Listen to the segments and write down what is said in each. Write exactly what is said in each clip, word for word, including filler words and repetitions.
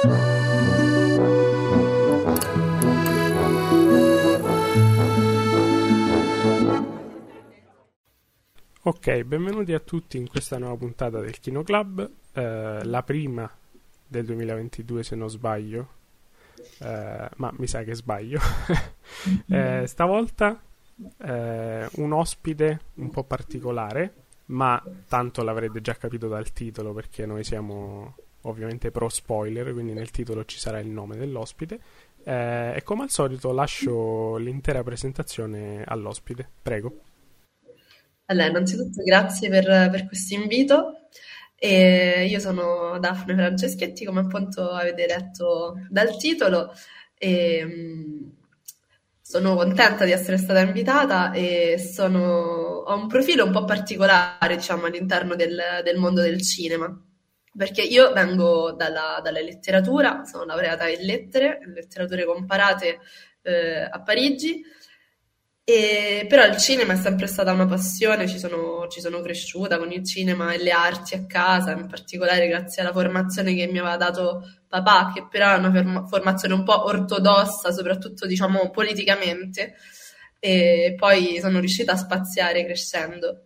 Ok, benvenuti a tutti in questa nuova puntata del Kino Club, eh, la prima del duemilaventidue se non sbaglio, eh, ma mi sa che sbaglio. eh, stavolta eh, un ospite un po' particolare, ma tanto l'avrete già capito dal titolo perché noi siamo ovviamente pro spoiler, quindi nel titolo ci sarà il nome dell'ospite. Eh, e come al solito lascio l'intera presentazione all'ospite, prego. Allora, innanzitutto grazie per, per questo invito. E io sono Daphne Franceschetti, come appunto avete letto dal titolo, e mh, sono contenta di essere stata invitata e sono, ho un profilo un po' particolare, diciamo, all'interno del, del mondo del cinema, perché io vengo dalla, dalla letteratura, sono laureata in lettere, in letterature comparate eh, a Parigi. E, però il cinema è sempre stata una passione, ci sono, ci sono cresciuta con il cinema e le arti a casa, in particolare grazie alla formazione che mi aveva dato papà, che però è una ferma- formazione un po' ortodossa, soprattutto diciamo politicamente, e poi sono riuscita a spaziare crescendo.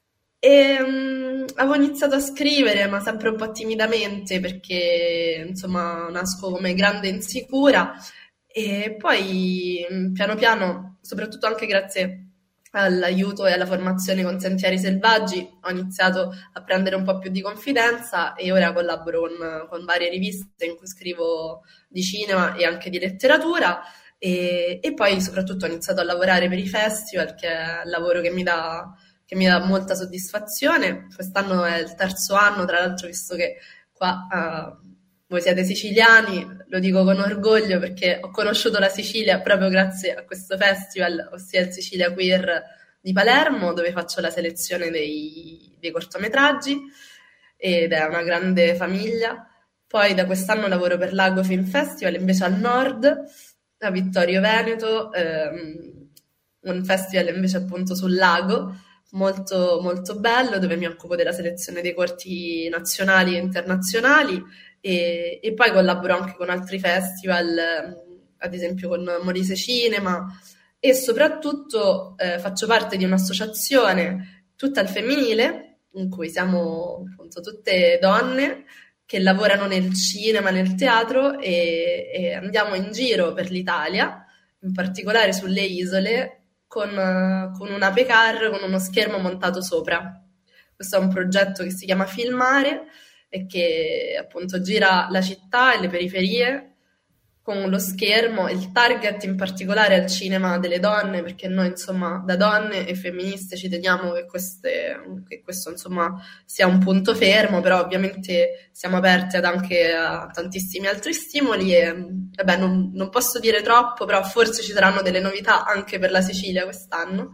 E mm, avevo iniziato a scrivere, ma sempre un po' timidamente, perché insomma nasco come grande insicura. E poi mh, piano piano, soprattutto anche grazie all'aiuto e alla formazione con Sentieri Selvaggi, ho iniziato a prendere un po' più di confidenza e ora collaboro con, con varie riviste in cui scrivo di cinema e anche di letteratura. E, e poi soprattutto ho iniziato a lavorare per i festival, che è il lavoro che mi dà, che mi dà molta soddisfazione. Quest'anno è il terzo anno, tra l'altro, visto che qua eh, voi siete siciliani, lo dico con orgoglio perché ho conosciuto la Sicilia proprio grazie a questo festival, ossia il Sicilia Queer di Palermo, dove faccio la selezione dei, dei cortometraggi ed è una grande famiglia. Poi da quest'anno lavoro per l'Ago Film Festival, invece al nord, a Vittorio Veneto, ehm, un festival invece appunto sul lago, molto, molto bello, dove mi occupo della selezione dei corti nazionali e internazionali. E, e poi collaboro anche con altri festival, ehm, ad esempio con Molise Cinema, e soprattutto eh, faccio parte di un'associazione tutta al femminile, in cui siamo appunto tutte donne che lavorano nel cinema, nel teatro e, e andiamo in giro per l'Italia, in particolare sulle isole, con, eh, con una P-Car, con uno schermo montato sopra. Questo è un progetto che si chiama Filmare e che appunto gira la città e le periferie con lo schermo. Il target in particolare è il cinema delle donne, perché noi insomma da donne e femministe ci teniamo che, queste, che questo insomma sia un punto fermo, però ovviamente siamo aperti ad anche a tantissimi altri stimoli e vabbè, non, non posso dire troppo, però forse ci saranno delle novità anche per la Sicilia quest'anno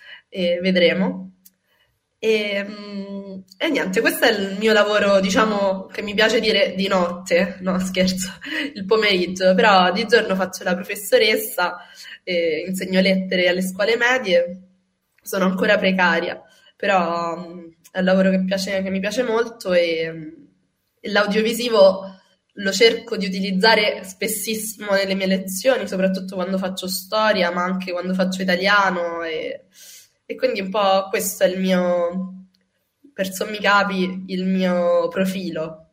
e vedremo. E, mm, e niente, questo è il mio lavoro, diciamo, che mi piace dire di notte, no scherzo, il pomeriggio, però di giorno faccio la professoressa, eh, insegno lettere alle scuole medie, sono ancora precaria, però mm, è un lavoro che, piace, che mi piace molto e, mm, e l'audiovisivo lo cerco di utilizzare spessissimo nelle mie lezioni, soprattutto quando faccio storia, ma anche quando faccio italiano e... E quindi un po' questo è il mio, per sommi capi, il mio profilo.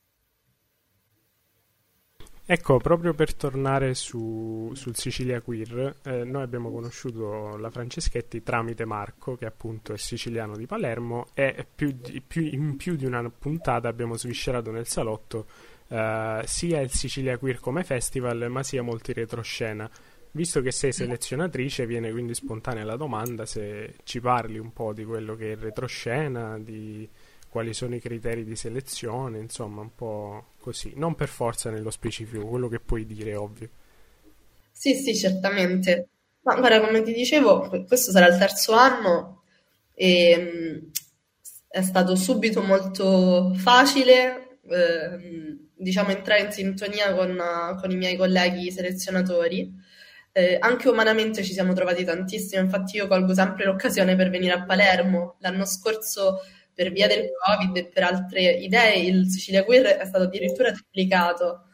Ecco, proprio per tornare su, sul Sicilia Queer, eh, noi abbiamo conosciuto la Franceschetti tramite Marco, che appunto è siciliano di Palermo, e più di, più, in più di una puntata abbiamo sviscerato nel salotto eh, sia il Sicilia Queer come festival, ma sia molti retroscena. Visto che sei selezionatrice, viene quindi spontanea la domanda se ci parli un po' di quello che è il retroscena, di quali sono i criteri di selezione, insomma un po' così, non per forza nello specifico, quello che puoi dire, ovvio. Sì, sì, certamente. Ma guarda, come ti dicevo, questo sarà il terzo anno e mh, è stato subito molto facile, ehm, diciamo, entrare in sintonia con, con i miei colleghi selezionatori. Eh, anche umanamente ci siamo trovati tantissimo, infatti io colgo sempre l'occasione per venire a Palermo. L'anno scorso, per via del Covid e per altre idee, il Sicilia Queer è stato addirittura triplicato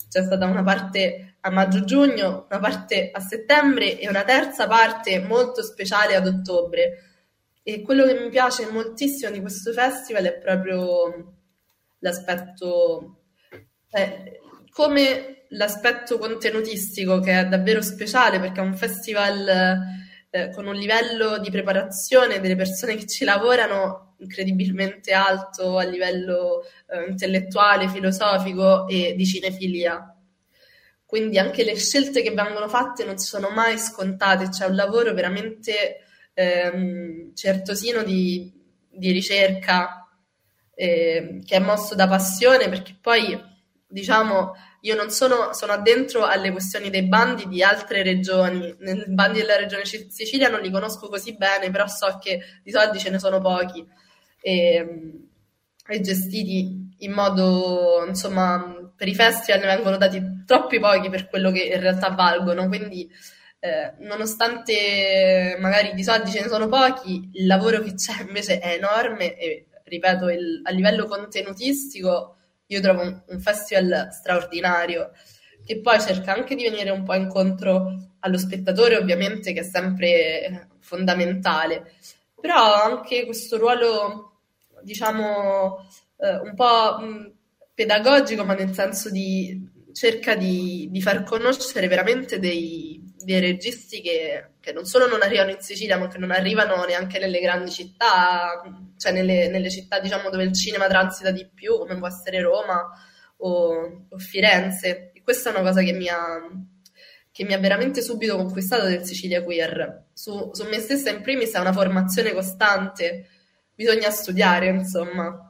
c'è stata una parte a maggio-giugno, una parte a settembre e una terza parte molto speciale ad ottobre. E quello che mi piace moltissimo di questo festival è proprio l'aspetto, eh, come l'aspetto contenutistico, che è davvero speciale perché è un festival eh, con un livello di preparazione delle persone che ci lavorano incredibilmente alto a livello eh, intellettuale, filosofico e di cinefilia. Quindi anche le scelte che vengono fatte non sono mai scontate, c'è un lavoro veramente ehm, certosino di, di ricerca eh, che è mosso da passione, perché poi, diciamo, io non sono, sono addentro alle questioni dei bandi di altre regioni. Nei bandi della regione Sicilia non li conosco così bene, però so che di soldi ce ne sono pochi e, e gestiti in modo, insomma, per i festival ne vengono dati troppi pochi per quello che in realtà valgono, quindi eh, nonostante magari di soldi ce ne sono pochi, il lavoro che c'è invece è enorme e, ripeto, il, a livello contenutistico io trovo un, un festival straordinario, che poi cerca anche di venire un po' incontro allo spettatore, ovviamente, che è sempre fondamentale, però anche questo ruolo, diciamo, eh, un po' mh, pedagogico, ma nel senso di cerca di, di far conoscere veramente dei, dei registi che, che non solo non arrivano in Sicilia, ma che non arrivano neanche nelle grandi città, cioè nelle, nelle città, diciamo, dove il cinema transita di più, come può essere Roma o, o Firenze. E questa è una cosa che mi ha, che mi ha veramente subito conquistato del Sicilia Queer. Su, su me stessa in primis è una formazione costante, bisogna studiare, insomma.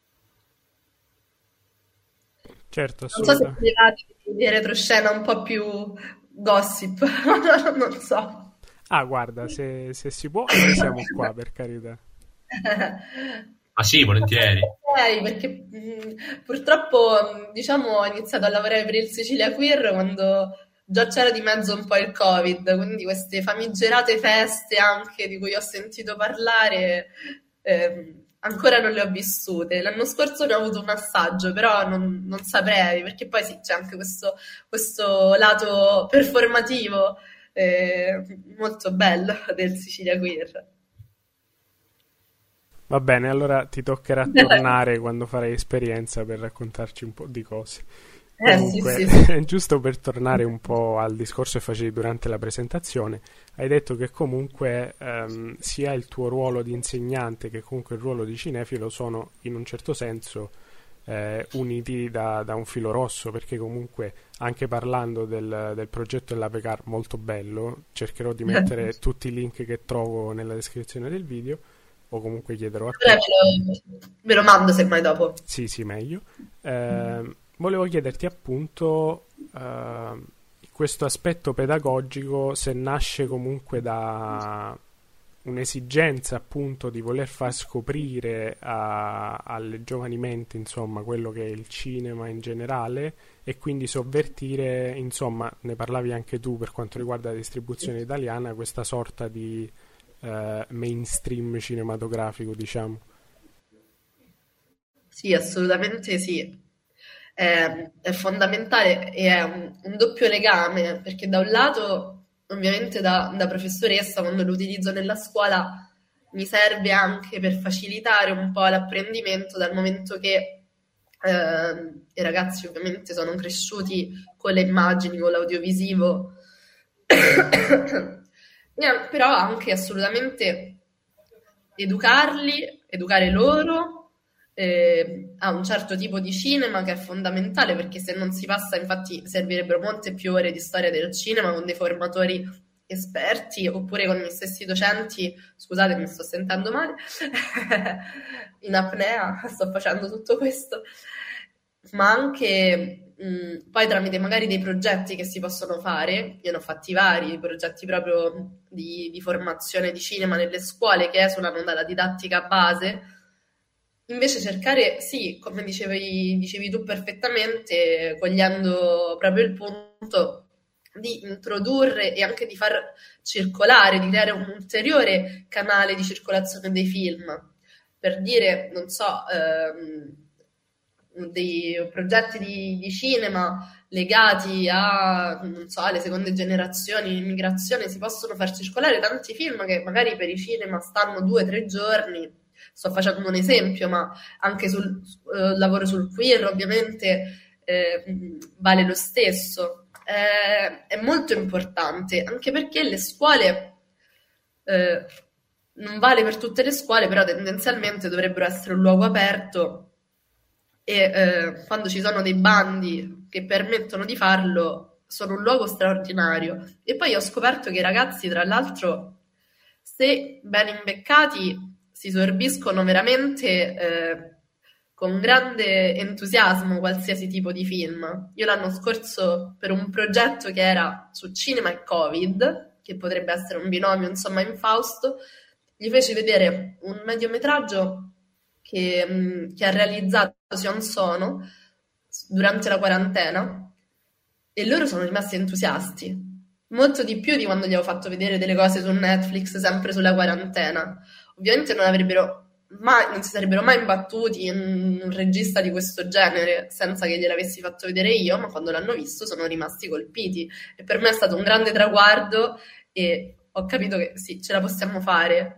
Certo, Non so se assolutamente. ti va di, di retroscena un po' più gossip, non so. Ah, guarda, se, se si può, noi siamo qua, per carità. Ah sì, volentieri. Ok, perché mh, purtroppo, diciamo, ho iniziato a lavorare per il Sicilia Queer quando già c'era di mezzo un po' il Covid, quindi queste famigerate feste anche di cui ho sentito parlare, ehm, ancora non le ho vissute. L'anno scorso ne ho avuto un assaggio, però non, non saprei, perché poi sì, c'è anche questo, questo lato performativo eh, molto bello del Sicilia Queer. Va bene, allora ti toccherà tornare quando farai esperienza per raccontarci un po' di cose. Eh sì, Comunque, sì, sì. giusto per tornare un po' al discorso che facevi durante la presentazione, hai detto che comunque ehm, sia il tuo ruolo di insegnante che comunque il ruolo di cinefilo sono in un certo senso eh, uniti da, da un filo rosso, perché comunque anche parlando del, del progetto dell'Apecar, molto bello, cercherò di mettere tutti i link che trovo nella descrizione del video, o comunque chiederò a Allora te. ve lo, ve lo mando semmai dopo. Sì, sì, meglio. Eh, volevo chiederti appunto eh, questo aspetto pedagogico, se nasce comunque da un'esigenza appunto di voler far scoprire a, alle giovani menti, insomma, quello che è il cinema in generale, e quindi sovvertire, insomma, ne parlavi anche tu per quanto riguarda la distribuzione italiana, questa sorta di eh, mainstream cinematografico, diciamo. Sì, assolutamente sì. È, è fondamentale e è un, un doppio legame, perché da un lato, ovviamente da, da professoressa, quando lo utilizzo nella scuola, mi serve anche per facilitare un po' l'apprendimento, dal momento che eh, i ragazzi ovviamente sono cresciuti con le immagini, con l'audiovisivo, e, però anche assolutamente educarli, educare loro eh, a un certo tipo di cinema, che è fondamentale, perché se non si passa, infatti servirebbero molte più ore di storia del cinema con dei formatori esperti, oppure con gli stessi docenti, scusate mi sto sentendo male, in apnea sto facendo tutto questo, ma anche mh, poi tramite magari dei progetti che si possono fare. Io ne ho fatti vari, progetti proprio di, di formazione di cinema nelle scuole che esulano dalla didattica base. Invece cercare, sì, come dicevi, dicevi tu perfettamente, cogliendo proprio il punto, di introdurre e anche di far circolare, di creare un ulteriore canale di circolazione dei film. Per dire, non so, ehm, dei progetti di, di cinema legati a, non so, alle seconde generazioni, l'immigrazione, si possono far circolare tanti film che magari per i cinema stanno due o tre giorni. Sto facendo un esempio, ma anche sul eh, lavoro sul queer ovviamente eh, vale lo stesso. Eh, è molto importante, anche perché le scuole, eh, non vale per tutte le scuole, però tendenzialmente dovrebbero essere un luogo aperto e eh, quando ci sono dei bandi che permettono di farlo, sono un luogo straordinario. E poi ho scoperto che i ragazzi, tra l'altro, se ben imbeccati, si sorbiscono veramente eh, con grande entusiasmo qualsiasi tipo di film. Io l'anno scorso, per un progetto che era su cinema e Covid, che potrebbe essere un binomio, insomma, infausto, gli feci vedere un mediometraggio che, mh, che ha realizzato Sion Sono durante la quarantena, e loro sono rimasti entusiasti, molto di più di quando gli avevo fatto vedere delle cose su Netflix sempre sulla quarantena. Ovviamente non avrebbero mai, non si sarebbero mai imbattuti in un regista di questo genere senza che gliel'avessi fatto vedere io, ma quando l'hanno visto sono rimasti colpiti, e per me è stato un grande traguardo e ho capito che sì, ce la possiamo fare.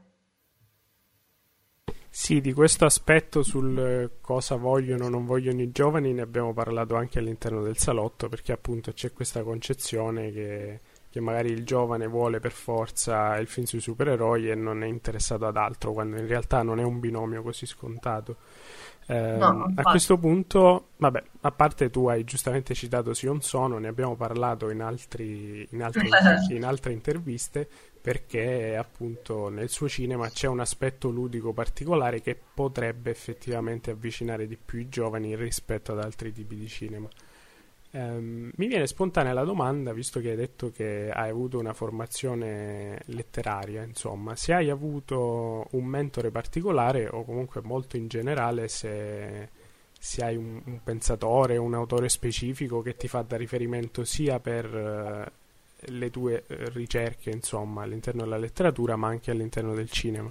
Sì, di questo aspetto sul cosa vogliono o non vogliono i giovani ne abbiamo parlato anche all'interno del salotto, perché appunto c'è questa concezione che, che magari il giovane vuole per forza il film sui supereroi e non è interessato ad altro, quando in realtà non è un binomio così scontato. Eh, No, a questo punto, vabbè, a parte tu hai giustamente citato Sion Sono, ne abbiamo parlato in, altri, in, altre, in altre interviste, perché appunto nel suo cinema c'è un aspetto ludico particolare che potrebbe effettivamente avvicinare di più i giovani rispetto ad altri tipi di cinema. Um, mi viene spontanea la domanda, visto che hai detto che hai avuto una formazione letteraria, insomma, se hai avuto un mentore particolare o comunque molto in generale, se, se hai un, un pensatore, un autore specifico che ti fa da riferimento sia per uh, le tue ricerche, insomma, all'interno della letteratura, ma anche all'interno del cinema.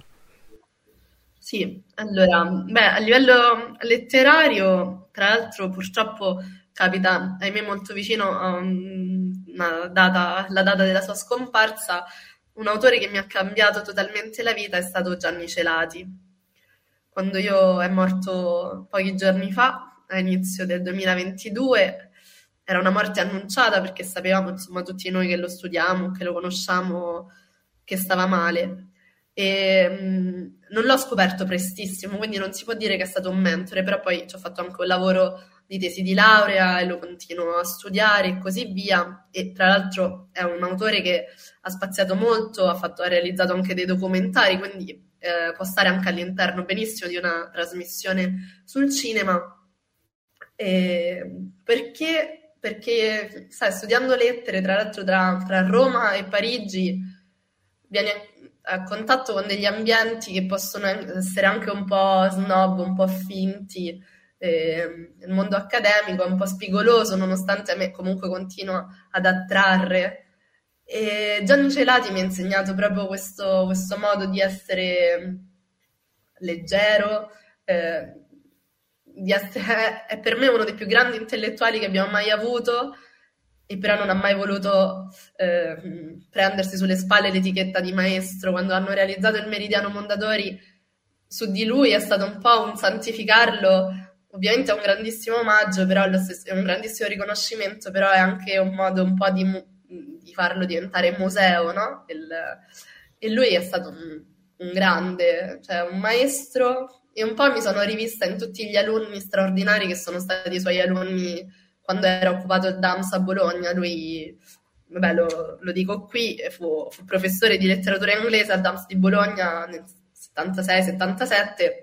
Sì, allora, beh, a livello letterario, tra l'altro purtroppo capita, ahimè, molto vicino a una data, la data della sua scomparsa, un autore che mi ha cambiato totalmente la vita è stato Gianni Celati. Quando io è morto pochi giorni fa, a inizio del duemilaventidue, era una morte annunciata perché sapevamo, insomma, tutti noi che lo studiamo, che lo conosciamo, che stava male. E mh, non l'ho scoperto prestissimo, quindi non si può dire che è stato un mentore, però poi ci ho fatto anche un lavoro di tesi di laurea e lo continuo a studiare e così via, e tra l'altro è un autore che ha spaziato molto, ha, fatto, ha realizzato anche dei documentari, quindi eh, può stare anche all'interno benissimo di una trasmissione sul cinema. E perché, perché sai, studiando lettere, tra l'altro tra, tra Roma e Parigi, vieni a contatto con degli ambienti che possono essere anche un po' snob, un po' finti. Eh, il mondo accademico è un po' spigoloso, nonostante a me comunque continua ad attrarre. E Gianni Celati mi ha insegnato proprio questo, questo modo di essere leggero, eh, di essere, è per me uno dei più grandi intellettuali che abbiamo mai avuto, e però non ha mai voluto eh, prendersi sulle spalle l'etichetta di maestro. Quando hanno realizzato il Meridiano Mondadori, su di lui è stato un po' un santificarlo. Ovviamente è un grandissimo omaggio, però è un grandissimo riconoscimento, però è anche un modo un po' di, di farlo diventare museo, no? Il, e lui è stato un, un grande, cioè un maestro, e un po' mi sono rivista in tutti gli alunni straordinari che sono stati i suoi alunni quando era occupato il D A M S a Bologna. Lui, vabbè, lo, lo dico qui, fu, fu professore di letteratura inglese al D A M S di Bologna nel settantasei settantasette,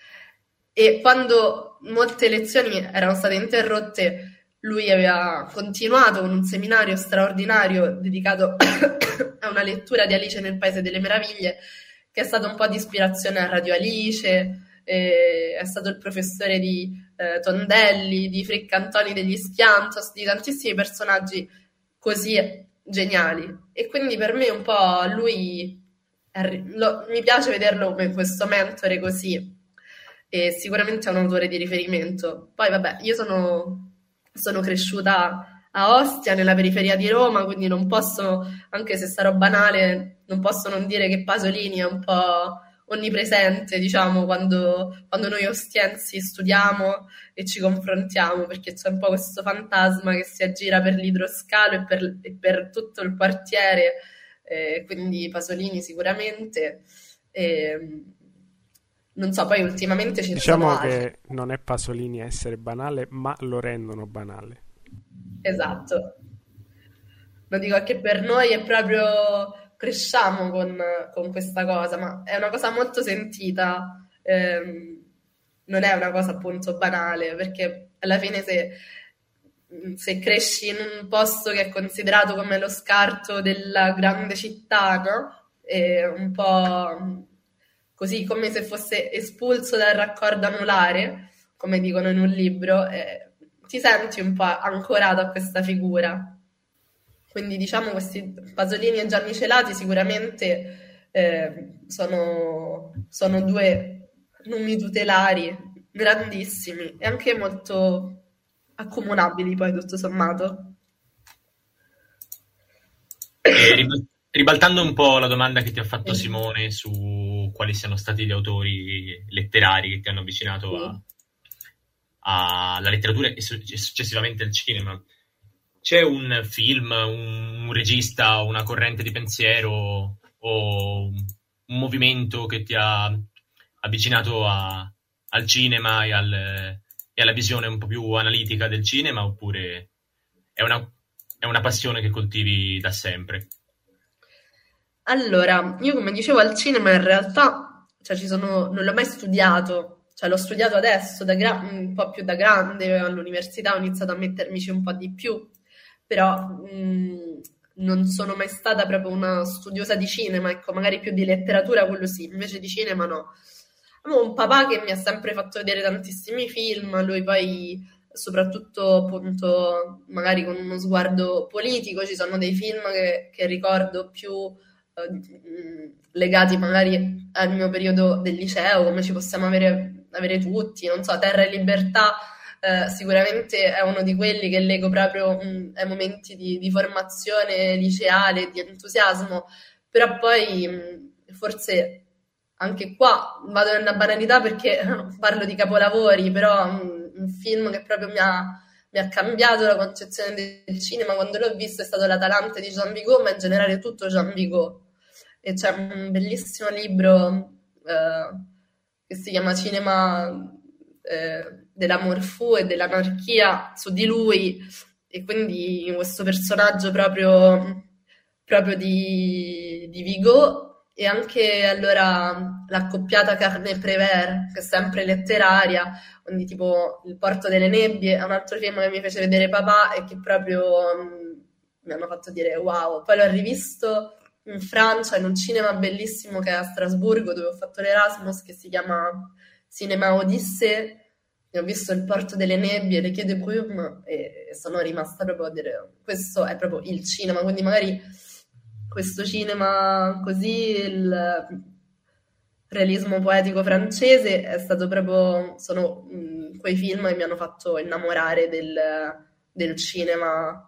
e quando molte lezioni erano state interrotte, lui aveva continuato con un seminario straordinario dedicato a una lettura di Alice nel Paese delle Meraviglie, che è stato un po' di ispirazione a Radio Alice. Eh, è stato il professore di eh, Tondelli, di Friccantoni degli Schiantos, di tantissimi personaggi così geniali, e quindi per me un po' lui è, lo, mi piace vederlo come questo mentore così. e sicuramente è un autore di riferimento. Poi vabbè, io sono, sono cresciuta a Ostia, nella periferia di Roma, quindi non posso, anche se sarò banale, non posso non dire che Pasolini è un po' onnipresente, diciamo, quando, quando noi ostiensi studiamo e ci confrontiamo, perché c'è un po' questo fantasma che si aggira per l'idroscalo e per, e per tutto il quartiere, eh, quindi Pasolini sicuramente. E, non so, poi ultimamente ci diciamo sono che altri. non è Pasolini a essere banale, ma lo rendono banale. Esatto. Lo dico che per noi è proprio cresciamo con, con questa cosa, ma è una cosa molto sentita, ehm, non è una cosa appunto banale, perché alla fine se, se cresci in un posto che è considerato come lo scarto della grande città, no? È un po' così come se fosse espulso dal raccordo anulare, come dicono in un libro, eh, ti senti un po' ancorato a questa figura. Quindi diciamo questi Pasolini e Gianni Celati sicuramente eh, sono, sono due numi tutelari grandissimi e anche molto accomunabili poi tutto sommato. E ribal- ribaltando un po' la domanda che ti ha fatto Sì. Simone su quali siano stati gli autori letterari che ti hanno avvicinato Sì. a- alla letteratura e su- e successivamente al cinema, c'è un film, un, un regista, una corrente di pensiero o un movimento che ti ha avvicinato a- al cinema e, al- e alla visione un po' più analitica del cinema, oppure è una, è una passione che coltivi da sempre? Allora, io come dicevo al cinema in realtà, cioè ci sono, non l'ho mai studiato, cioè l'ho studiato adesso, da gra- un po' più da grande, all'università ho iniziato a mettermici un po' di più, però mh, non sono mai stata proprio una studiosa di cinema, ecco, magari più di letteratura, quello sì, invece di cinema no. Avevo un papà che mi ha sempre fatto vedere tantissimi film, lui poi soprattutto appunto magari con uno sguardo politico, ci sono dei film che, che ricordo più eh, mh, legati magari al mio periodo del liceo, come ci possiamo avere, avere tutti, non so, Terra e Libertà, eh, sicuramente è uno di quelli che leggo proprio mh, ai momenti di, di formazione liceale, di entusiasmo, però poi mh, forse anche qua vado nella banalità perché parlo di capolavori, però mh, un film che proprio mi ha mi ha cambiato la concezione del cinema quando l'ho visto è stato L'Atalante di Jean Vigo, ma in generale tutto Jean Vigo. E c'è un bellissimo libro eh, che si chiama Cinema eh, dell'Amour fou e dell'anarchia su di lui, e quindi questo personaggio proprio, proprio di, di Vigo, e anche allora l'accoppiata Carnet-Prévert, che è sempre letteraria, quindi tipo Il Porto delle Nebbie è un altro film che mi fece vedere papà e che proprio mh, mi hanno fatto dire wow. Poi l'ho rivisto in Francia in un cinema bellissimo che è a Strasburgo, dove ho fatto l'Erasmus, che si chiama Cinema Odyssée, e ho visto Il Porto delle Nebbie, Le Quai de Brume, e sono rimasta proprio a dire questo è proprio il cinema, quindi magari questo cinema così, il realismo poetico francese è stato proprio, sono mh, quei film che mi hanno fatto innamorare del, del cinema.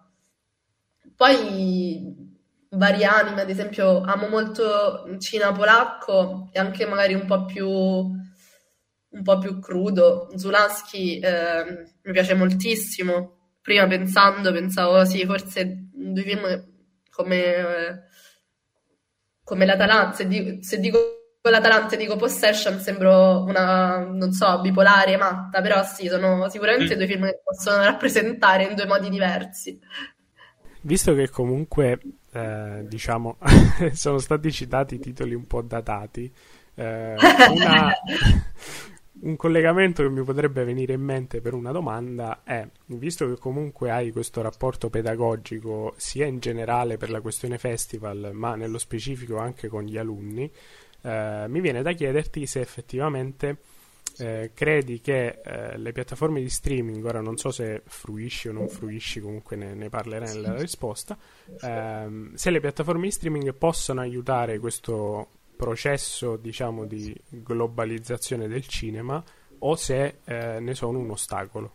Poi vari anime, ad esempio amo molto il cinema polacco e anche magari un po' più un po' più crudo. Zulansky eh, mi piace moltissimo. Prima pensando, pensavo sì, forse due film come, eh, come l'Atalanta, se dico, se dico l'Atalanta e dico Possession sembro una, non so, bipolare, matta, però sì, sono sicuramente Mm. due film che possono rappresentare in due modi diversi. Visto che comunque, eh, diciamo, sono stati citati titoli un po' datati, eh, una, un collegamento che mi potrebbe venire in mente per una domanda è, visto che comunque hai questo rapporto pedagogico sia in generale per la questione festival, ma nello specifico anche con gli alunni, eh, mi viene da chiederti se effettivamente eh, credi che eh, le piattaforme di streaming, ora non so se fruisci o non fruisci, comunque ne, ne parlerai nella risposta, ehm, se le piattaforme di streaming possono aiutare questo processo, diciamo, di globalizzazione del cinema, o se eh, ne sono un ostacolo.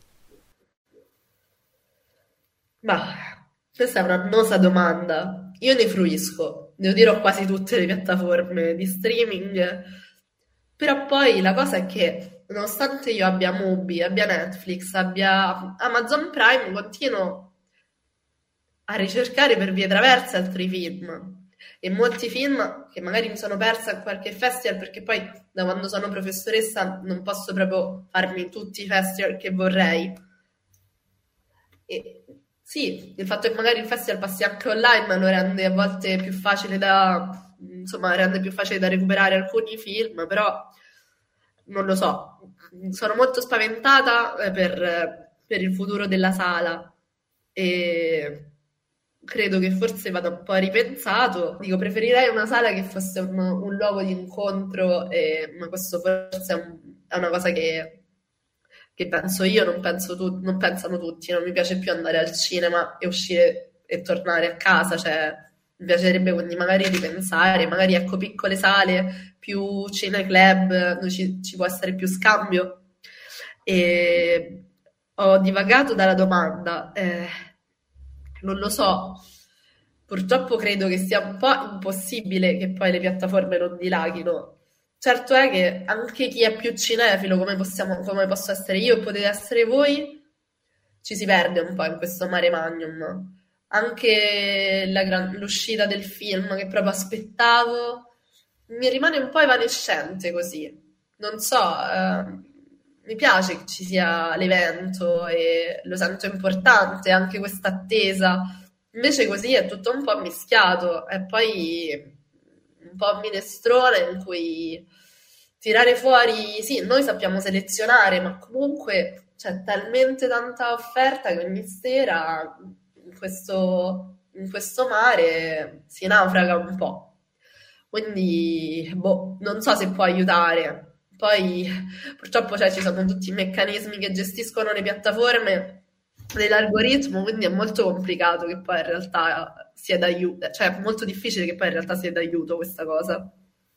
Ma questa è un'annosa domanda. Io ne fruisco, devo dire ho quasi tutte le piattaforme di streaming, però poi la cosa è che nonostante io abbia Mubi, abbia Netflix, abbia Amazon Prime, continuo a ricercare per vie traverse altri film. E molti film che magari mi sono persa a qualche festival, perché poi da quando sono professoressa non posso proprio farmi tutti i festival che vorrei. E sì, il fatto che magari il festival passi anche online lo rende a volte più facile da, insomma, rende più facile da recuperare alcuni film, però non lo so, sono molto spaventata eh, per, per il futuro della sala e credo che forse vada un po' ripensato. Dico, preferirei una sala che fosse un, un luogo di incontro, e, ma questo forse è, un- è una cosa che, che penso io, non penso tu- non pensano tutti. Non mi piace più andare al cinema e uscire e tornare a casa, cioè mi piacerebbe quindi magari ripensare, magari ecco piccole sale, più cineclub, dove ci, ci può essere più scambio. E ho divagato dalla domanda, eh, non lo so, purtroppo credo che sia un po' impossibile che poi le piattaforme non dilaghino. Certo è che anche chi è più cinefilo, come possiamo, come posso essere io e potete essere voi, ci si perde un po' in questo mare magnum. Anche la gran- l'uscita del film che proprio aspettavo mi rimane un po' evanescente così. Non so, eh, mi piace che ci sia l'evento e lo sento importante, anche questa attesa. Invece così è tutto un po' mischiato e poi un po' minestrone in cui tirare fuori, sì, noi sappiamo selezionare, ma comunque c'è talmente tanta offerta che ogni sera in questo, in questo mare si naufraga un po'. Quindi, boh, non so se può aiutare. Poi, purtroppo, cioè, ci sono tutti i meccanismi che gestiscono le piattaforme dell'algoritmo, quindi è molto complicato che poi in realtà sia d'aiuto, cioè è molto difficile che poi in realtà sia d'aiuto questa cosa.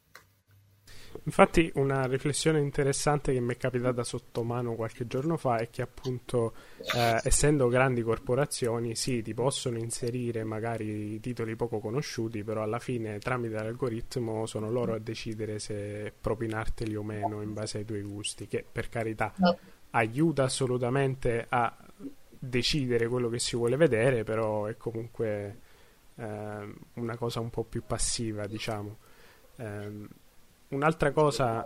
Infatti una riflessione interessante che mi è capitata sotto mano qualche giorno fa è che appunto eh, essendo grandi corporazioni sì, ti possono inserire magari titoli poco conosciuti, però alla fine tramite l'algoritmo sono loro a decidere se propinarteli o meno in base ai tuoi gusti, che per carità No. aiuta assolutamente a decidere quello che si vuole vedere, però è comunque eh, una cosa un po' più passiva, diciamo. Ehm, Un'altra cosa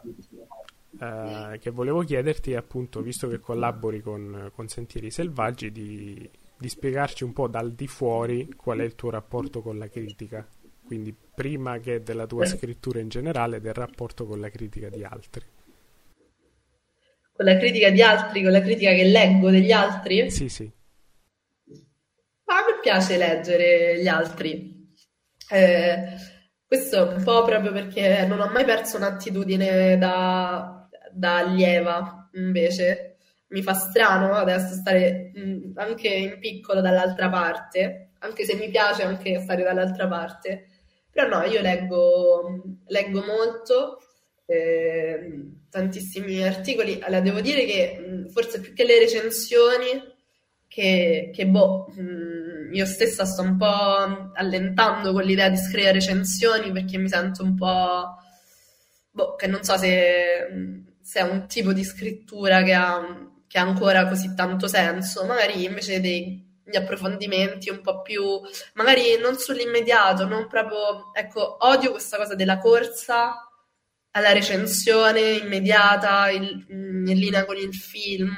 eh, che volevo chiederti è appunto, visto che collabori con, con Sentieri Selvaggi, di, di spiegarci un po' dal di fuori qual è il tuo rapporto con la critica, quindi prima che della tua scrittura in generale, del rapporto con la critica di altri. Con la critica di altri, con la critica che leggo degli altri, Sì, sì. ma a me piace leggere gli altri. Eh, questo è un po' proprio perché non ho mai perso un'attitudine da, da allieva, invece. Mi fa strano adesso stare mh, anche in piccolo dall'altra parte, anche se mi piace anche stare dall'altra parte. Però no, io leggo, leggo molto, eh, tantissimi articoli. Allora, devo dire che mh, forse più che le recensioni, che, che, boh, mh, io stessa sto un po' allentando con l'idea di scrivere recensioni perché mi sento un po', boh, che non so se, se è un tipo di scrittura che ha, che ha ancora così tanto senso, magari invece dei gli approfondimenti un po' più, magari non sull'immediato, non proprio, ecco, odio questa cosa della corsa alla recensione immediata, il- in linea con il film.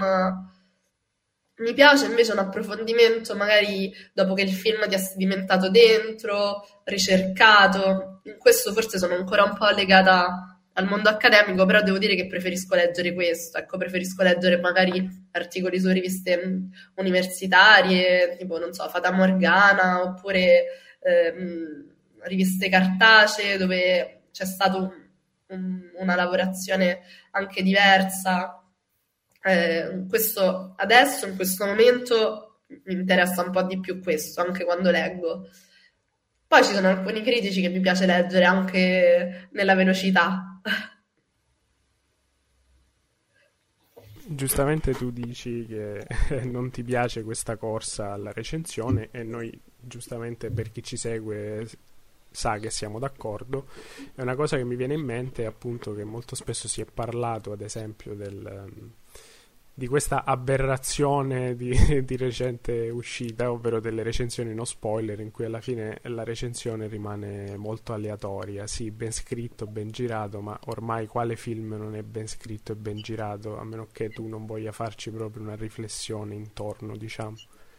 Mi piace invece un approfondimento, magari dopo che il film ti è sedimentato dentro, ricercato. In questo forse sono ancora un po' legata al mondo accademico, però devo dire che preferisco leggere questo. Ecco, preferisco leggere magari articoli su riviste mh, universitarie, tipo, non so, Fata Morgana, oppure ehm, riviste cartacee, dove c'è stata un- un- una lavorazione anche diversa. Eh, questo adesso, in questo momento, mi interessa un po' di più questo, anche quando leggo. Poi ci sono alcuni critici che mi piace leggere anche nella velocità. Giustamente tu dici che non ti piace questa corsa alla recensione e noi, giustamente, per chi ci segue sa che siamo d'accordo. È una cosa che mi viene in mente, appunto, che molto spesso si è parlato, ad esempio, del, di questa aberrazione di, di recente uscita, ovvero delle recensioni no spoiler, in cui alla fine la recensione rimane molto aleatoria. Sì, ben scritto, ben girato, ma ormai quale film non è ben scritto e ben girato, a meno che tu non voglia farci proprio una riflessione intorno, diciamo.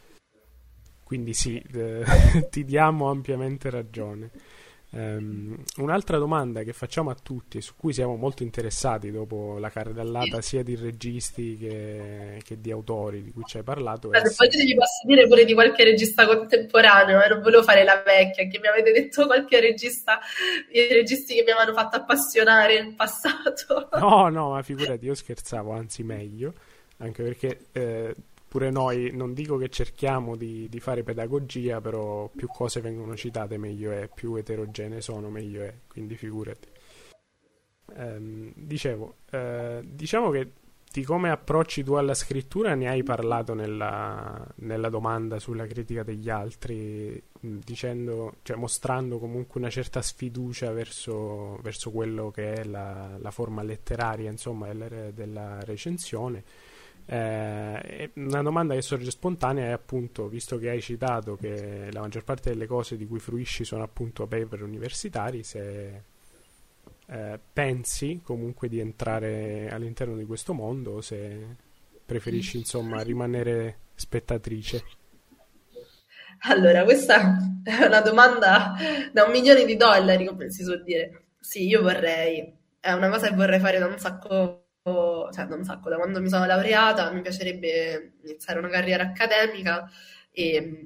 Quindi sì, eh, ti diamo ampiamente ragione. Um, un'altra domanda che facciamo a tutti e su cui siamo molto interessati dopo la carrellata sia di registi che, che di autori di cui ci hai parlato è Poi se... ti posso dire pure di qualche regista contemporaneo, eh? Non volevo fare la vecchia, che mi avete detto qualche regista, i registi che mi avevano fatto appassionare nel passato. No, no, ma figurati, io scherzavo, anzi meglio, anche perché eh, pure noi, non dico che cerchiamo di, di fare pedagogia, però più cose vengono citate meglio è, più eterogenee sono meglio è, quindi figurati. Ehm, dicevo, eh, diciamo che di come approcci tu alla scrittura ne hai parlato nella, nella domanda sulla critica degli altri, dicendo, cioè mostrando comunque una certa sfiducia verso, verso quello che è la, la forma letteraria, insomma, della, della recensione. Eh, una domanda che sorge spontanea è, appunto, visto che hai citato che la maggior parte delle cose di cui fruisci sono appunto paper universitari, se eh, pensi comunque di entrare all'interno di questo mondo o se preferisci, insomma, rimanere spettatrice. Allora, questa è una domanda da un milione di dollari, come si suol dire. Sì, io vorrei, è una cosa che vorrei fare da un sacco, cioè da un sacco, da quando mi sono laureata, mi piacerebbe iniziare una carriera accademica e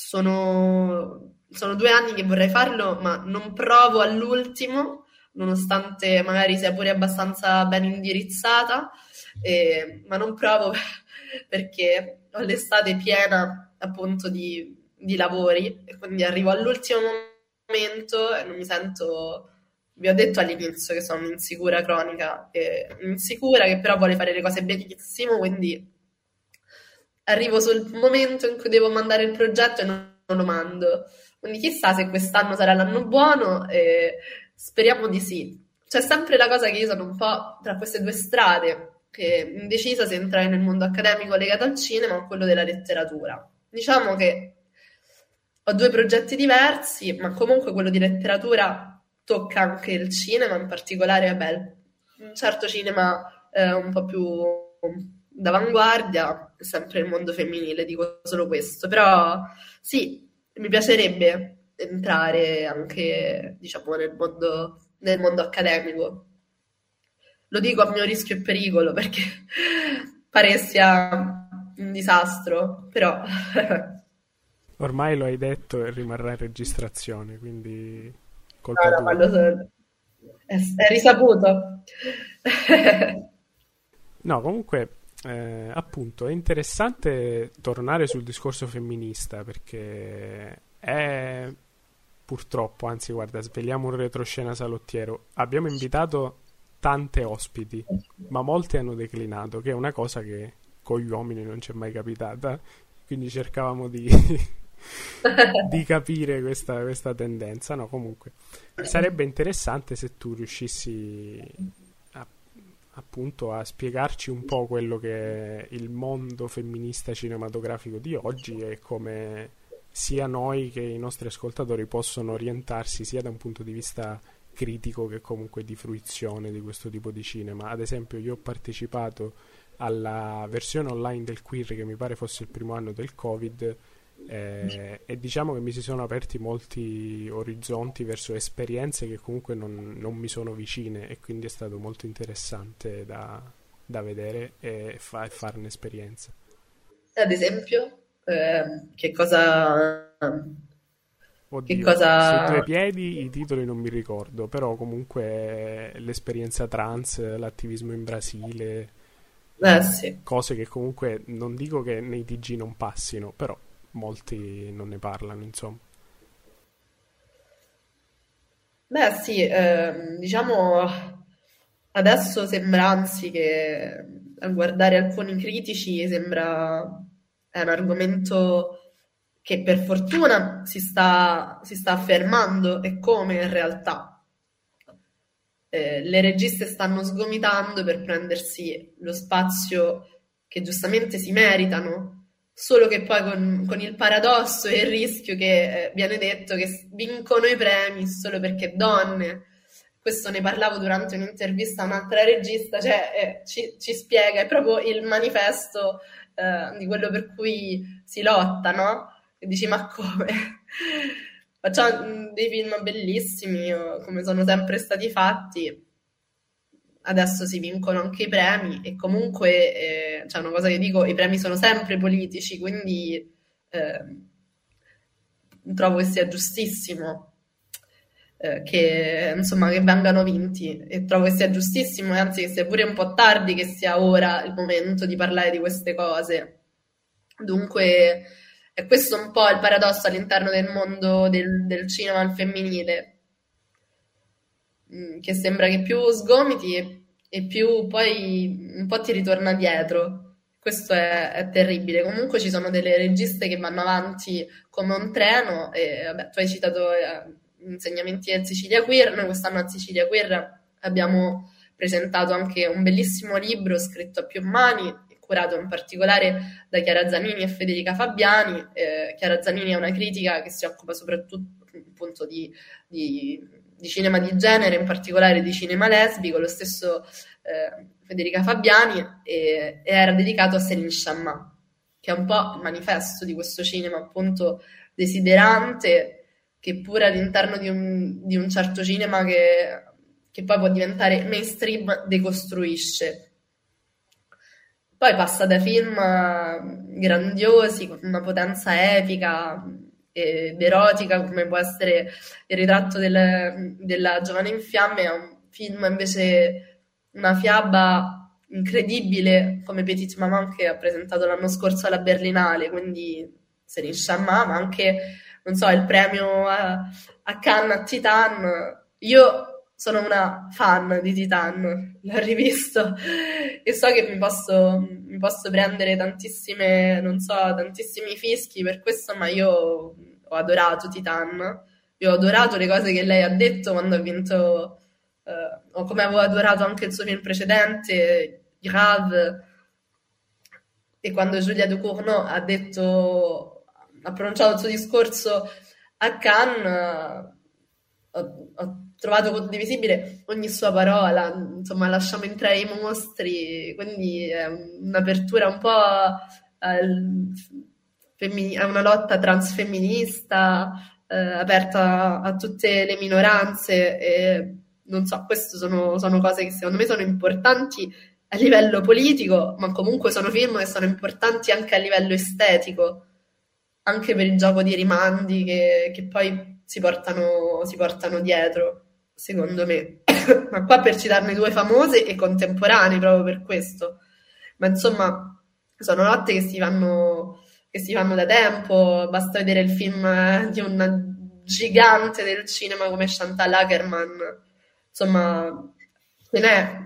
sono, sono due anni che vorrei farlo, ma non provo all'ultimo, nonostante magari sia pure abbastanza ben indirizzata, eh, ma non provo perché ho l'estate piena appunto di, di lavori e quindi arrivo all'ultimo momento e non mi sento... Vi ho detto all'inizio che sono un'insicura cronica, e insicura che però vuole fare le cose benissimo, quindi arrivo sul momento in cui devo mandare il progetto e non, non lo mando. Quindi chissà se quest'anno sarà l'anno buono, e speriamo di sì. C'è sempre la cosa che io sono un po' tra queste due strade, che indecisa se entrare nel mondo accademico legato al cinema o quello della letteratura. Diciamo che ho due progetti diversi, ma comunque quello di letteratura tocca anche il cinema, in particolare, beh, un certo cinema eh, un po' più d'avanguardia, è sempre il mondo femminile, dico solo questo, però sì, mi piacerebbe entrare anche, diciamo, nel mondo, nel mondo accademico. Lo dico a mio rischio e pericolo, perché pare sia un disastro, però... Ormai lo hai detto e rimarrà in registrazione, quindi... No, no, lo so. È, è risaputo. No, comunque, eh, appunto, è interessante tornare sul discorso femminista, perché è purtroppo, anzi guarda, svegliamo un retroscena salottiero, abbiamo invitato tante ospiti, ma molte hanno declinato, che è una cosa che con gli uomini non ci è mai capitata, quindi cercavamo di... di capire questa, questa tendenza. No, comunque sarebbe interessante se tu riuscissi a, appunto a spiegarci un po' quello che è il mondo femminista cinematografico di oggi e come sia noi che i nostri ascoltatori possono orientarsi sia da un punto di vista critico che comunque di fruizione di questo tipo di cinema. Ad esempio, io ho partecipato alla versione online del Queer, che mi pare fosse il primo anno del Covid, Eh, e diciamo che mi si sono aperti molti orizzonti verso esperienze che comunque non, non mi sono vicine, e quindi è stato molto interessante da, da vedere e fa, farne esperienza. Ad esempio, eh, che cosa... Oddio, che cosa... su due piedi i titoli non mi ricordo, però comunque l'esperienza trans, l'attivismo in Brasile, eh, sì. cose che comunque non dico che nei T G non passino, però molti non ne parlano, insomma. Beh, sì, eh, diciamo adesso sembra anzi che, a guardare alcuni critici, sembra è un argomento che per fortuna si sta, si sta affermando, e come in realtà. Eh, le registe stanno sgomitando per prendersi lo spazio che giustamente si meritano, solo che poi con, con il paradosso e il rischio che eh, viene detto che vincono i premi solo perché donne. Questo ne parlavo durante un'intervista a un'altra regista, cioè eh, ci, ci spiega, è proprio il manifesto eh, di quello per cui si lotta, no? E dici, ma come? Facciamo dei film bellissimi, come sono sempre stati fatti, adesso si vincono anche i premi, e comunque, eh, c'è una cosa che dico, i premi sono sempre politici, quindi eh, trovo che sia giustissimo eh, che, insomma, che vengano vinti, e trovo che sia giustissimo, e anzi che sia pure un po' tardi che sia ora il momento di parlare di queste cose. Dunque è questo un po' il paradosso all'interno del mondo del, del cinema al femminile, che sembra che più sgomiti e, e più poi un po' ti ritorna dietro. Questo è, è terribile. Comunque ci sono delle registe che vanno avanti come un treno, e vabbè, tu hai citato eh, insegnamenti del Sicilia Queer. Noi quest'anno a Sicilia Queer abbiamo presentato anche un bellissimo libro scritto a più mani, curato in particolare da Chiara Zanini e Federica Fabiani. Eh, Chiara Zanini è una critica che si occupa soprattutto appunto di, di, di cinema di genere, in particolare di cinema lesbico, lo stesso eh, Federica Fabiani, e, e era dedicato a Céline Sciamma, che è un po' il manifesto di questo cinema appunto desiderante, che pure all'interno di un, di un certo cinema che, che poi può diventare mainstream, decostruisce. Poi passa da film grandiosi, con una potenza epica ed erotica, come può essere Il ritratto del, della giovane in fiamme, a un film invece, una fiaba incredibile come Petite Maman, che ha presentato l'anno scorso alla Berlinale, quindi Céline Sciamma, ma anche, non so, il premio a, a Cannes a Titan. Io sono una fan di Titan, l'ho rivisto e so che mi posso, mi posso prendere tantissime, non so, tantissimi fischi per questo, ma io ho adorato Titan, io ho adorato le cose che lei ha detto quando ha vinto, eh, o come avevo adorato anche il suo film precedente, Grave, e quando Julia Ducournau ha detto, ha pronunciato il suo discorso a Cannes, ho, ho trovato condivisibile ogni sua parola, insomma, lasciamo entrare i mostri, quindi è un'apertura un po' al femmini- a una lotta transfemminista, eh, aperta a tutte le minoranze, e non so, queste sono, sono cose che secondo me sono importanti a livello politico, ma comunque sono film che sono importanti anche a livello estetico, anche per il gioco di rimandi che, che poi si portano, si portano dietro, secondo me. Ma qua per citarne due famose e contemporanee proprio per questo. Ma insomma, sono lotte che si fanno, che si fanno da tempo. Basta vedere il film di una gigante del cinema come Chantal Akerman. Insomma, ce n'è.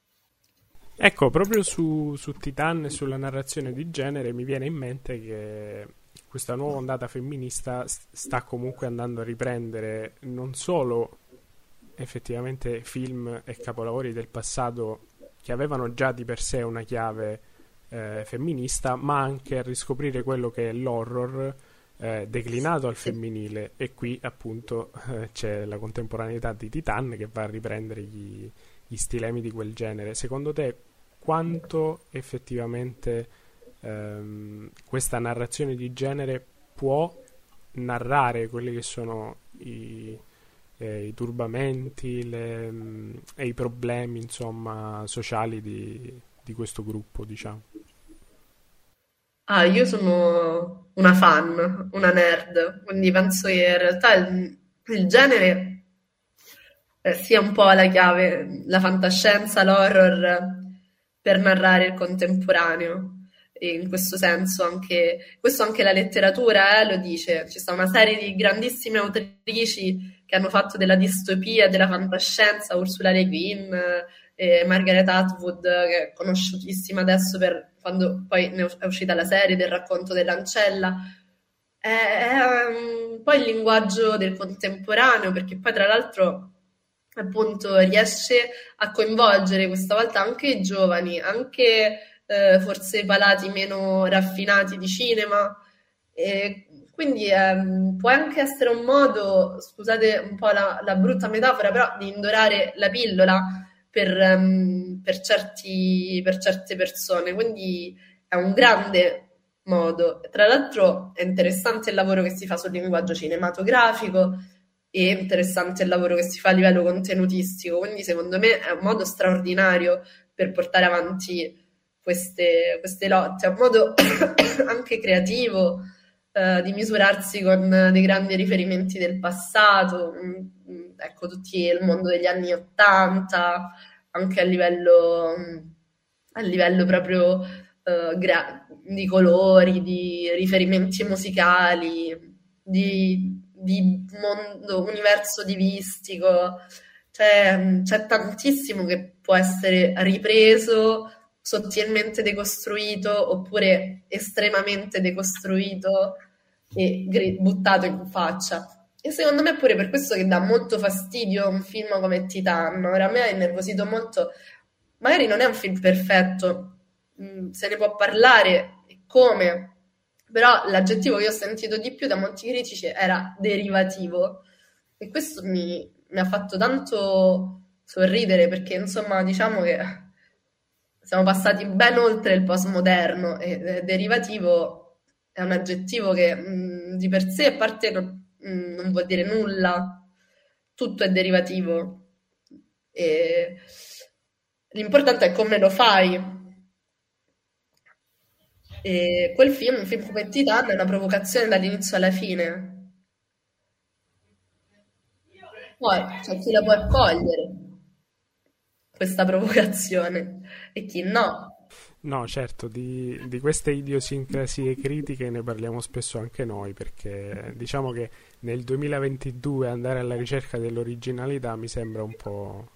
Ecco, proprio su, su Titan e sulla narrazione di genere mi viene in mente che questa nuova ondata femminista sta comunque andando a riprendere non solo effettivamente film e capolavori del passato che avevano già di per sé una chiave eh, femminista, ma anche a riscoprire quello che è l'horror eh, declinato al femminile, e qui appunto eh, c'è la contemporaneità di Titan che va a riprendere gli, gli stilemi di quel genere. Secondo te quanto effettivamente ehm, questa narrazione di genere può narrare quelli che sono i Eh, i turbamenti le, mh, e i problemi, insomma, sociali di, di questo gruppo, diciamo? Ah, io sono una fan, una nerd, quindi penso che in realtà il, il genere eh, sia un po' la chiave, la fantascienza, l'horror per narrare il contemporaneo. E in questo senso anche, questo anche la letteratura eh, lo dice, ci sta una serie di grandissime autrici che hanno fatto della distopia, della fantascienza, Ursula Le Guin, e Margaret Atwood, che è conosciutissima adesso per quando poi ne è uscita la serie del racconto dell'ancella. È, è un po' il linguaggio del contemporaneo, perché poi tra l'altro appunto riesce a coinvolgere questa volta anche i giovani, anche eh, forse i palati meno raffinati di cinema, e quindi ehm, può anche essere un modo, scusate un po' la, la brutta metafora, però di indorare la pillola per, ehm, per certi, per certe persone, quindi è un grande modo. Tra l'altro è interessante il lavoro che si fa sul linguaggio cinematografico, e interessante il lavoro che si fa a livello contenutistico, quindi secondo me è un modo straordinario per portare avanti queste, queste lotte, è un modo anche creativo eh, di misurarsi con dei grandi riferimenti del passato, mh, ecco, tutti il mondo degli anni Ottanta, anche a livello, a livello proprio eh, gra- di colori, di riferimenti musicali, di di mondo, universo divistico, cioè, c'è tantissimo che può essere ripreso, sottilmente decostruito, oppure estremamente decostruito e gri- buttato in faccia. E secondo me è pure per questo che dà molto fastidio un film come Titan. Ora a me ha innervosito molto, magari non è un film perfetto, mh, se ne può parlare, e come... Però l'aggettivo che ho sentito di più da molti critici era derivativo, e questo mi, mi ha fatto tanto sorridere, perché insomma diciamo che siamo passati ben oltre il postmoderno, e eh, derivativo è un aggettivo che mh, di per sé a parte non, mh, non vuol dire nulla, tutto è derivativo, e l'importante è come lo fai. E quel film, un film come Titan, è una provocazione dall'inizio alla fine. Poi c'è chi la può accogliere, questa provocazione, e chi no. No, certo, di, di queste idiosincrasie critiche ne parliamo spesso anche noi, perché diciamo che nel duemilaventidue andare alla ricerca dell'originalità mi sembra un po'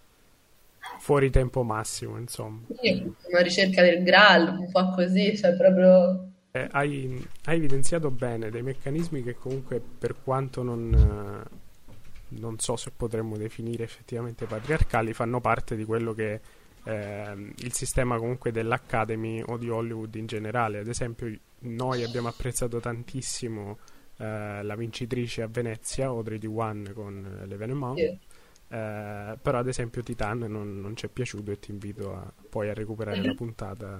fuori tempo massimo, insomma. Quindi una ricerca del Graal, un po' così, cioè proprio... Eh, hai, hai evidenziato bene dei meccanismi che comunque, per quanto non, eh, non so se potremmo definire effettivamente patriarcali, fanno parte di quello che eh, il sistema comunque dell'Academy o di Hollywood in generale. Ad esempio noi abbiamo apprezzato tantissimo eh, la vincitrice a Venezia, Audrey Diwan, con L'Événement. Sì. Uh, però ad esempio Titan non, non ci è piaciuto, e ti invito a, poi a recuperare la puntata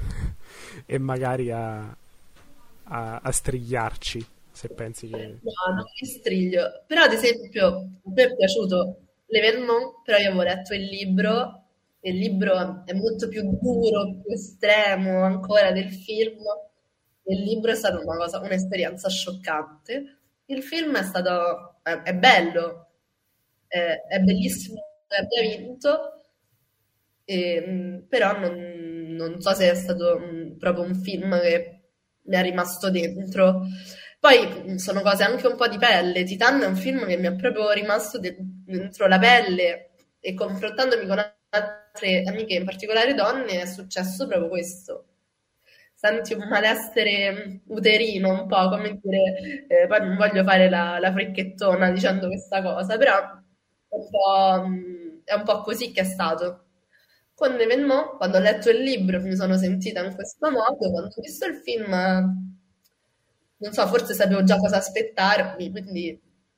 e magari a, a, a strigliarci se pensi che... No, non mi striglio. Però, ad esempio, a me è piaciuto L'Événement, però io avevo letto il libro, e il libro è molto più duro, più estremo ancora del film. Il libro è stata una cosa, un'esperienza scioccante. Il film è stato, è, è bello, è, è bellissimo che abbia vinto, e, mh, però non, non so se è stato mh, proprio un film che mi è rimasto dentro. Poi mh, sono cose anche un po' di pelle. Titan è un film che mi è proprio rimasto de- dentro la pelle, e confrontandomi con altre amiche, in particolare donne, è successo proprio questo. Senti un malessere uterino, un po', come dire, eh, poi non voglio fare la, la fricchettona dicendo questa cosa, però è un po', mh, è un po' così che è stato. Con L'Événement, quando ho letto il libro, mi sono sentita in questo modo, quando ho visto il film, non so, forse sapevo già cosa aspettarmi, quindi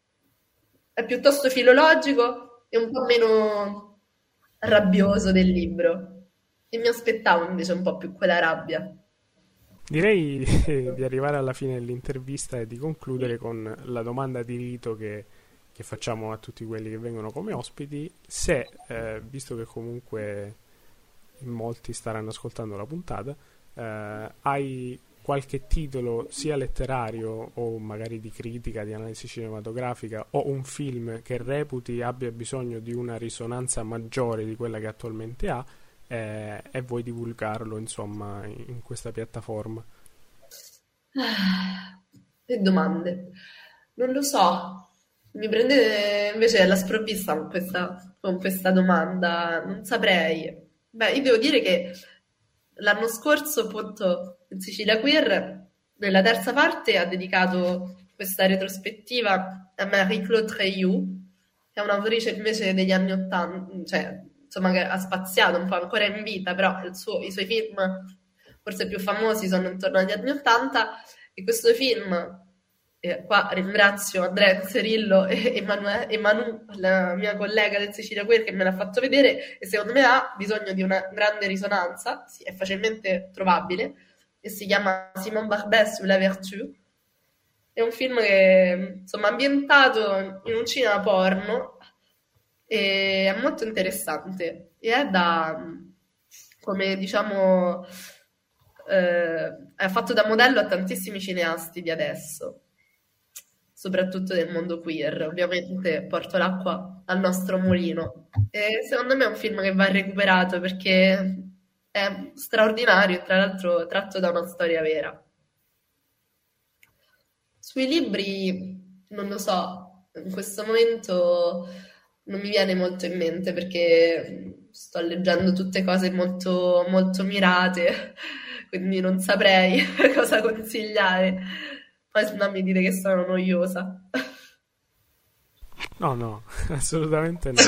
è piuttosto filologico e un po' meno rabbioso del libro. E mi aspettavo invece un po' più quella rabbia. Direi di arrivare alla fine dell'intervista e di concludere con la domanda di rito che, che facciamo a tutti quelli che vengono come ospiti: se, eh, visto che comunque in molti staranno ascoltando la puntata, eh, hai qualche titolo sia letterario o magari di critica, di analisi cinematografica, o un film che reputi abbia bisogno di una risonanza maggiore di quella che attualmente ha, eh, e vuoi divulgarlo insomma in questa piattaforma? Ah, che domande. Non lo so. Mi prendete invece alla sprovvista con questa, con questa domanda, non saprei. Beh, io devo dire che l'anno scorso, appunto, in Sicilia Queer, nella terza parte ha dedicato questa retrospettiva a Marie-Claude Treilloux, che è un'autrice invece degli anni Ottanta, cioè, insomma, che ha spaziato un po' ancora in vita, però il suo- i suoi film forse più famosi sono intorno agli anni Ottanta, e questo film, e qua ringrazio Andrea Inzerillo e Emanuele- e Manu, la mia collega del Sicilia Queer, che me l'ha fatto vedere, e secondo me ha bisogno di una grande risonanza, sì, è facilmente trovabile, e si chiama Simon Barbès sulla Vertu. È un film che, insomma, ambientato in un cinema porno, e è molto interessante, e è da, come diciamo, eh, è fatto da modello a tantissimi cineasti di adesso, soprattutto del mondo queer. Ovviamente porto l'acqua al nostro mulino. E secondo me è un film che va recuperato perché è straordinario e tra l'altro tratto da una storia vera. Sui libri, non lo so, in questo momento non mi viene molto in mente perché sto leggendo tutte cose molto, molto mirate, quindi non saprei cosa consigliare. Poi se no mi dite che sono noiosa. No, no, assolutamente no.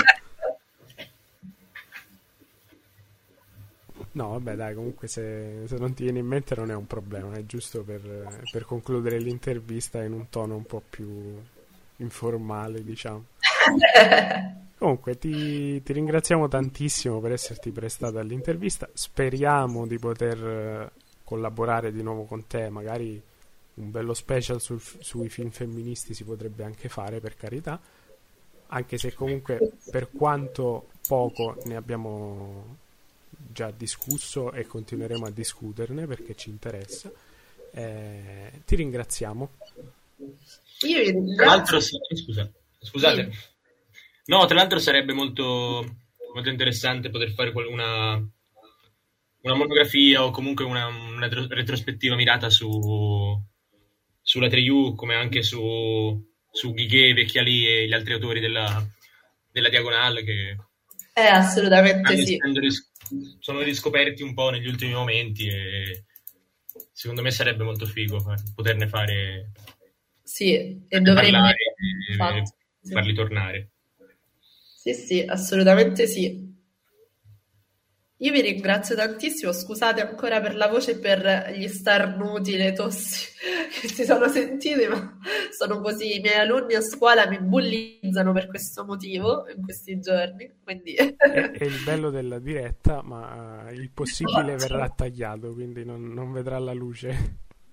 No, vabbè, dai, comunque se, se non ti viene in mente non è un problema, è giusto per, per concludere l'intervista in un tono un po' più informale, diciamo. Comunque ti, ti ringraziamo tantissimo per esserti prestata all'intervista, speriamo di poter eh, collaborare di nuovo con te, magari un bello special sul- sui film femministi si potrebbe anche fare, per carità, anche se comunque per quanto poco ne abbiamo già discusso e continueremo a discuterne perché ci interessa. Eh, ti ringraziamo. Io vi Tra ringrazio. l'altro, sì, scusa, scusate. Sì. No, tra l'altro sarebbe molto, molto interessante poter fare qual- una, una monografia o comunque una, una retro- retrospettiva mirata su, sulla Treilloux, come anche su, su Guiguet, Vecchiali e gli altri autori della, della Diagonale che Eh, assolutamente stanno sì. essendo ris- sono riscoperti un po' negli ultimi momenti e secondo me sarebbe molto figo far- poterne fare, Sì, e poterne dovremmo parlare infatti. e Sì. farli tornare. Sì, sì, assolutamente sì. Io vi ringrazio tantissimo, scusate ancora per la voce e per gli starnuti, le tossi che si sono sentite, ma sono così. I miei alunni a scuola mi bullizzano per questo motivo in questi giorni, quindi È, è il bello della diretta, ma eh, il possibile verrà tagliato, quindi non, non vedrà la luce.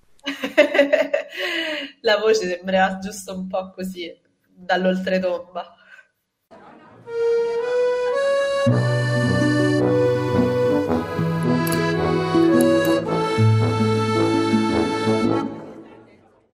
la voce sembrava giusto un po' così dall'oltretomba.